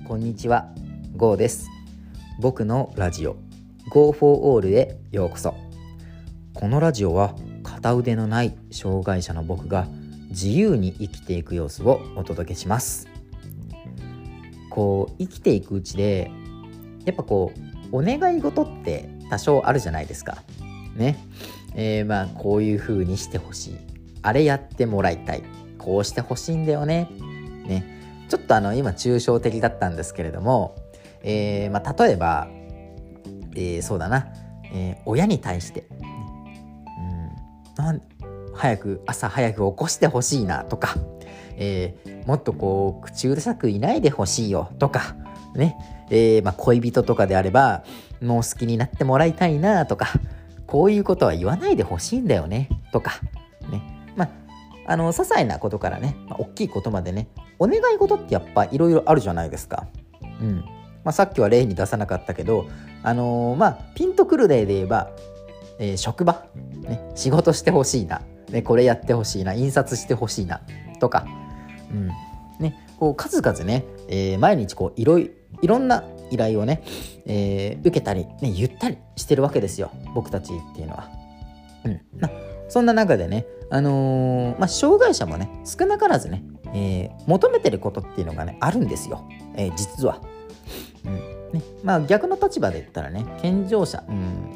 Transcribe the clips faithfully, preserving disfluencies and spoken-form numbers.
こんにちは、ゴーです。僕のラジオ Go for All へようこそ。このラジオは片腕のない障害者の僕が自由に生きていく様子をお届けします。こう生きていくうちでやっぱこうお願い事って多少あるじゃないですかね。えー、まあこういう風にしてほしい、あれやってもらいたい、こうしてほしいんだよねね。ちょっとあの今抽象的だったんですけれども、えーまあ、例えば、えー、そうだな、えー、親に対して、うん、なん早く朝早く起こしてほしいなとか、えー、もっとこう口うるさくいないでほしいよとかね、えーまあ、恋人とかであればもう好きになってもらいたいなとか、こういうことは言わないでほしいんだよねとかね、まああの些細なことからね、まあ、大きいことまでね、お願い事ってやっぱいろいろあるじゃないですか。うん。まあ、さっきは例に出さなかったけど、あのー、まあピンとくる例で言えば、えー、職場、ね、仕事してほしいな、ね、これやってほしいな、印刷してほしいなとか、うんね、こう数々ね、えー、毎日こういろいいろんな依頼をね、えー、受けたり、ね、言ったりしてるわけですよ、僕たちっていうのは。うんまあ、そんな中でね、あのーまあ、障害者もね少なからずね、えー、求めてることっていうのがねあるんですよ、えー、実は、うんねまあ、逆の立場で言ったらね、健常者、うん、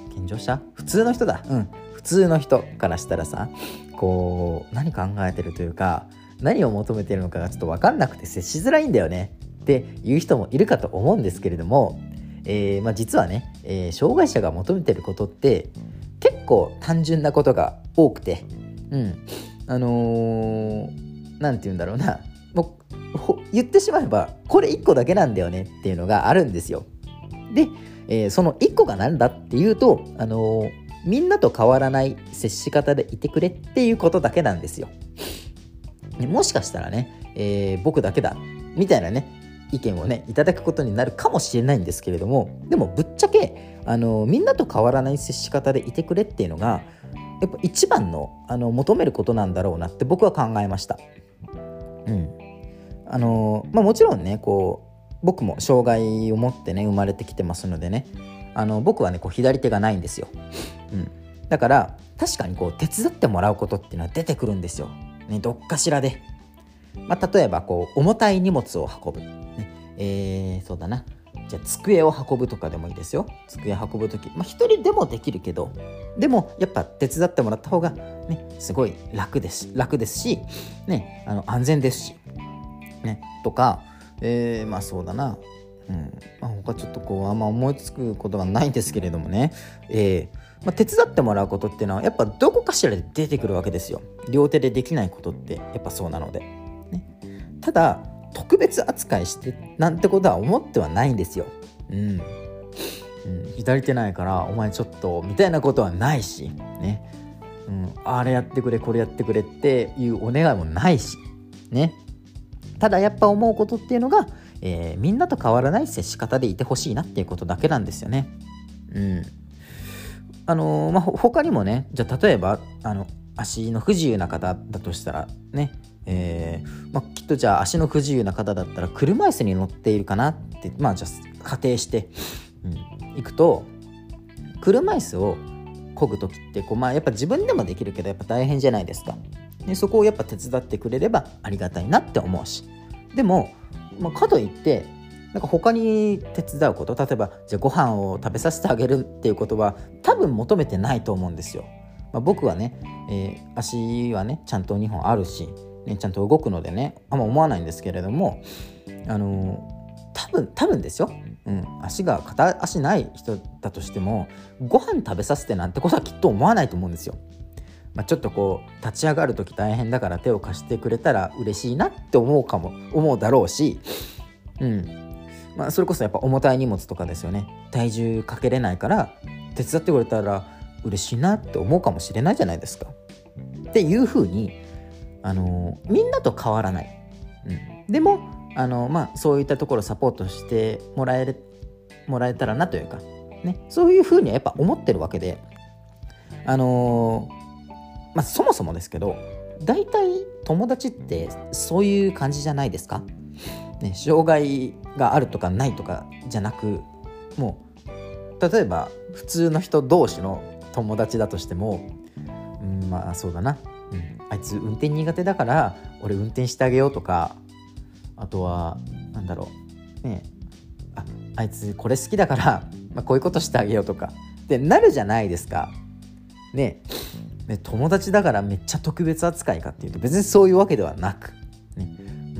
健常者普通の人だ、うん、普通の人からしたらさ、こう何考えてるというか何を求めてるのかがちょっと分かんなくて接しづらいんだよねっていう人もいるかと思うんですけれども、えーまあ、実はね、えー、障害者が求めてることって結構単純なことが多くて、うんあのー、なんて言うんだろうな、もう言ってしまえばこれいっこだけなんだよねっていうのがあるんですよ。で、えー、そのいっこがなんだっていうと、あのー、みんなと変わらない接し方でいてくれっていうことだけなんですよ。もしかしたらね、えー、僕だけだみたいなね意見をねいただくことになるかもしれないんですけれども、でもぶっちゃけあのみんなと変わらない接し方でいてくれっていうのがやっぱ一番の、あの求めることなんだろうなって僕は考えました。うんあのまあ、もちろんねこう僕も障害を持ってね生まれてきてますのでね、あの僕はねこう左手がないんですよ、うん、だから確かにこう手伝ってもらうことっていうのは出てくるんですよ、ね、どっかしらで、まあ、例えばこう重たい荷物を運ぶ、ねえー、そうだな、じゃあ机を運ぶとかでもいいですよ。机運ぶとき、まあ一人でもできるけど、でもやっぱ手伝ってもらった方がねすごい楽です楽ですし、ねあの安全ですし、ねとか、えー、まあそうだな、うんまあ、他ちょっとこうあんま思いつくことがないんですけれどもね、えー、まあ、手伝ってもらうことっていうのはやっぱどこかしらで出てくるわけですよ。両手でできないことってやっぱそうなので、ね、ただ特別扱いしてなんてことは思ってはないんですよ。うん、うん、左手ないからお前ちょっとみたいなことはないしね、うん、あれやってくれこれやってくれっていうお願いもないしね。ただやっぱ思うことっていうのが、えー、みんなと変わらない接し方でいてほしいなっていうことだけなんですよね。うんあのーまあ、他にもね、じゃあ例えばあの足の不自由な方だとしたらね、えーまあ、きっとじゃあ足の不自由な方だったら車椅子に乗っているかなって、まあ、じゃあ仮定して、うん、行くと車椅子を漕ぐ時ってこう、まあ、やっぱ自分でもできるけどやっぱ大変じゃないですか。でそこをやっぱ手伝ってくれればありがたいなって思うし、でも、まあ、かといってなんか他に手伝うこと、例えばじゃあご飯を食べさせてあげるっていうことは多分求めてないと思うんですよ。まあ、僕はね、えー、足はねちゃんとにほんあるし、ね、ちゃんと動くのでねあんま思わないんですけれども、あのー、多分多分ですよ、うん、足が片足ない人だとしてもご飯食べさせてなんてことはきっと思わないと思うんですよ。まあ、ちょっとこう立ち上がるとき大変だから手を貸してくれたら嬉しいなって思うかも思うだろうし、うんまあ、それこそやっぱ重たい荷物とかですよね。体重かけれないから手伝ってくれたら嬉しいなって思うかもしれないじゃないですか。っていう風に、あのー、みんなと変わらない、うん、でも、あのーまあ、そういったところをサポートしてもらえるもらえたらなというか、ね、そういう風にはやっぱ思ってるわけで、あのーまあ、そもそもですけど大体友達ってそういう感じじゃないですか。 ね、障害があるとかないとかじゃなく、もう例えば普通の人同士の友達だとしても、うん、まあそうだな、うん、あいつ運転苦手だから俺運転してあげようとか、あとはなんだろうね、あ, あいつこれ好きだから、まあ、こういうことしてあげようとかってなるじゃないですかね。ね、友達だからめっちゃ特別扱いかっていうと別にそういうわけではなく、ね、うん、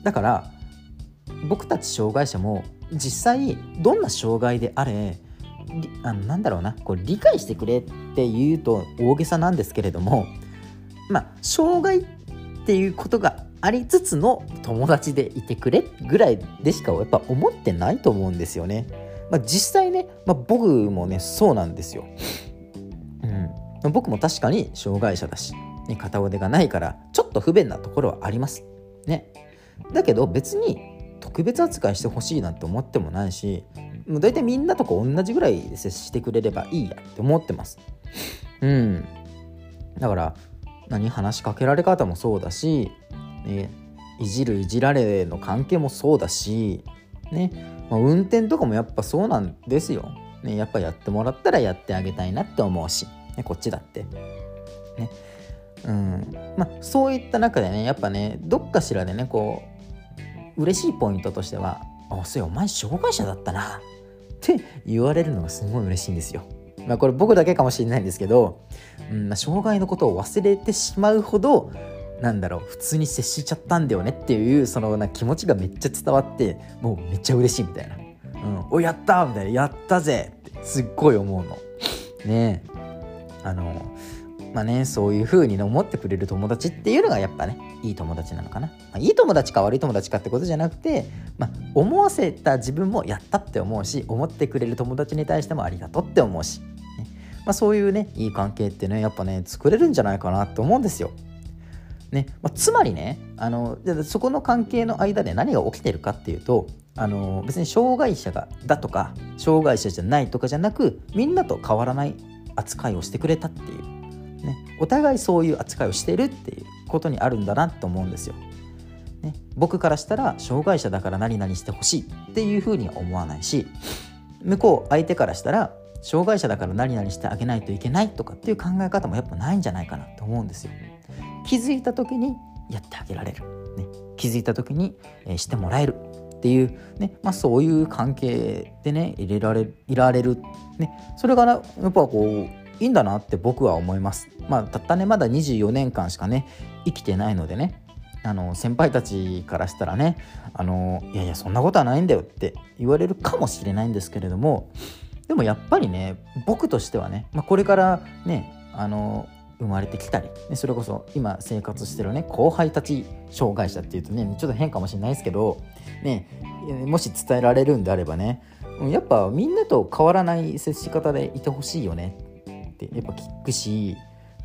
だから僕たち障害者も実際どんな障害であれ、あのなんだろうな、こう理解してくれって言うと大げさなんですけれども、まあ障害っていうことがありつつの友達でいてくれぐらいでしかやっぱ思ってないと思うんですよね。まあ、実際ね、まあ、僕もねそうなんですよ、うん、僕も確かに障害者だし、ね、片腕がないからちょっと不便なところはありますね。だけど別に特別扱いしてほしいなんて思ってもないし、もう大体みんなとこ同じぐらいで接してくれればいいやって思ってます。うん。だから何話しかけられ方もそうだし、ね、いじるいじられの関係もそうだし、ね、まあ、運転とかもやっぱそうなんですよ。ね、やっぱやってもらったらやってあげたいなって思うし、ね、こっちだって。ね、うん。まあそういった中でね、やっぱね、どっかしらでね、こう嬉しいポイントとしては、あ、そうやお前障害者だったなって言われるのがすごい嬉しいんですよ。まあこれ僕だけかもしれないんですけど、うんまあ、障害のことを忘れてしまうほどなんだろう普通に接しちゃったんだよねっていうそのな気持ちがめっちゃ伝わって、もうめっちゃ嬉しいみたいな、うん、おやったみたいな、やったぜってすっごい思うのね。あのまあね、そういう風に思ってくれる友達っていうのがやっぱねいい友達なのかな、まあ、いい友達か悪い友達かってことじゃなくて、まあ、思わせた自分もやったって思うし、思ってくれる友達に対してもありがとうって思うし、ね、まあ、そういうねいい関係ってねやっぱね作れるんじゃないかなって思うんですよ、ね。まあ、つまりね、あのそこの関係の間で何が起きてるかっていうと、あの別に障害者がだとか障害者じゃないとかじゃなく、みんなと変わらない扱いをしてくれたっていうね、お互いそういう扱いをしてるっていうことにあるんだなと思うんですよ、ね、僕からしたら障害者だから何々してほしいっていうふうには思わないし、向こう相手からしたら障害者だから何々してあげないといけないとかっていう考え方もやっぱないんじゃないかなと思うんですよ。気づいた時にやってあげられる、ね、気づいた時に、えー、してもらえるっていう、ね、まあ、そういう関係でね入れられいられる、ね、それがやっぱこういいんだなって僕は思います。まあたったねまだにじゅうよねんかんしかね生きてないのでね、あの先輩たちからしたらね、あのいやいやそんなことはないんだよって言われるかもしれないんですけれども、でもやっぱりね僕としてはね、まあ、これからねあの生まれてきたり、それこそ今生活してるね後輩たち障害者っていうとねちょっと変かもしれないですけどね、もし伝えられるんであればね、やっぱみんなと変わらない接し方でいてほしいよねってやっぱ聞くし、うん、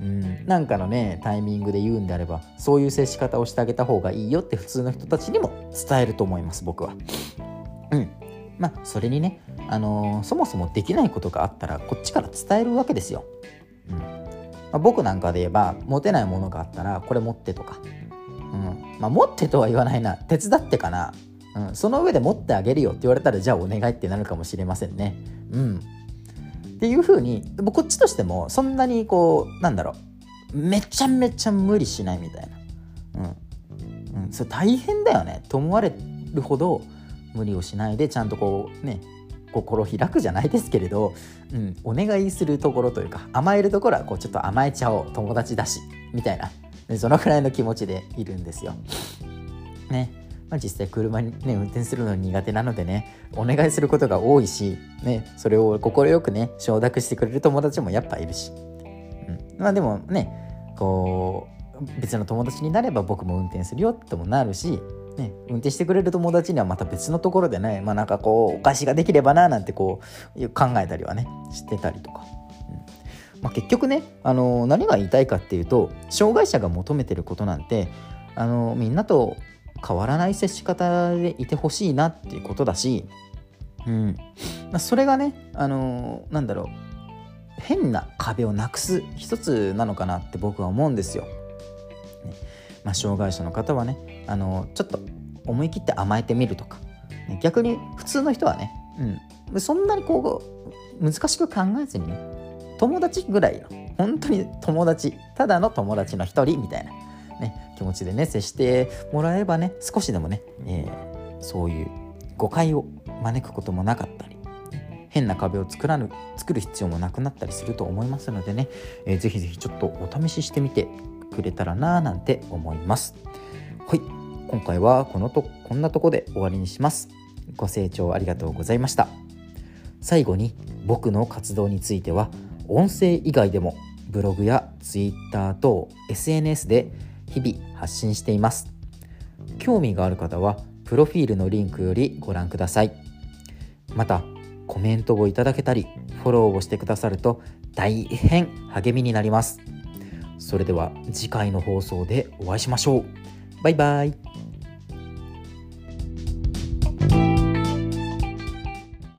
なんかのねタイミングで言うんであればそういう接し方をしてあげた方がいいよって普通の人たちにも伝えると思います僕は。うん、まあそれにね、あのー、そもそもできないことがあったらこっちから伝えるわけですよ。うんまあ、僕なんかで言えば持てないものがあったらこれ持ってとか、うんまあ、持ってとは言わないな、手伝ってかな、うん、その上で持ってあげるよって言われたらじゃあお願いってなるかもしれませんね。うんっていう風にこっちとしてもそんなにこうなんだろうめちゃめちゃ無理しないみたいな、うんうん、それ大変だよねと思われるほど無理をしないでちゃんとこうね心開くじゃないですけれど、うん、お願いするところというか甘えるところはこうちょっと甘えちゃおう友達だしみたいな、ね、そのくらいの気持ちでいるんですよね。まあ、実際車に、ね、運転するの苦手なのでねお願いすることが多いし、ね、それを快くね承諾してくれる友達もやっぱいるし、うん、まあでもねこう別の友達になれば僕も運転するよってもなるし、ね、運転してくれる友達にはまた別のところでね、まあ、なんかこうお菓子ができればななんてこう考えたりはねしてたりとか、うんまあ、結局ね、あの何が言いたいかっていうと障害者が求めてることなんてあのみんなと変わらない接し方でいてほしいなっていうことだし、うんまあ、それがね、あのー、なんだろう変な壁をなくす一つなのかなって僕は思うんですよ、ねまあ、障害者の方はね、あのー、ちょっと思い切って甘えてみるとか、ね、逆に普通の人はね、うん、そんなにこう難しく考えずにね、友達ぐらいの本当に友達、ただの友達の一人みたいな、ね、気持ちでね接してもらえればね、少しでもね、えー、そういう誤解を招くこともなかったり、変な壁を作らぬ作る必要もなくなったりすると思いますのでね、えー、ぜひぜひちょっとお試ししてみてくれたらななんて思います。はい、今回はこのとこんなとこで終わりにします。ご清聴ありがとうございました。最後に僕の活動については、音声以外でもブログやツイッター等 エスエヌエス で日々発信しています。興味がある方はプロフィールのリンクよりご覧ください。またコメントをいただけたりフォローをしてくださると大変励みになります。それでは次回の放送でお会いしましょう。バイバイ。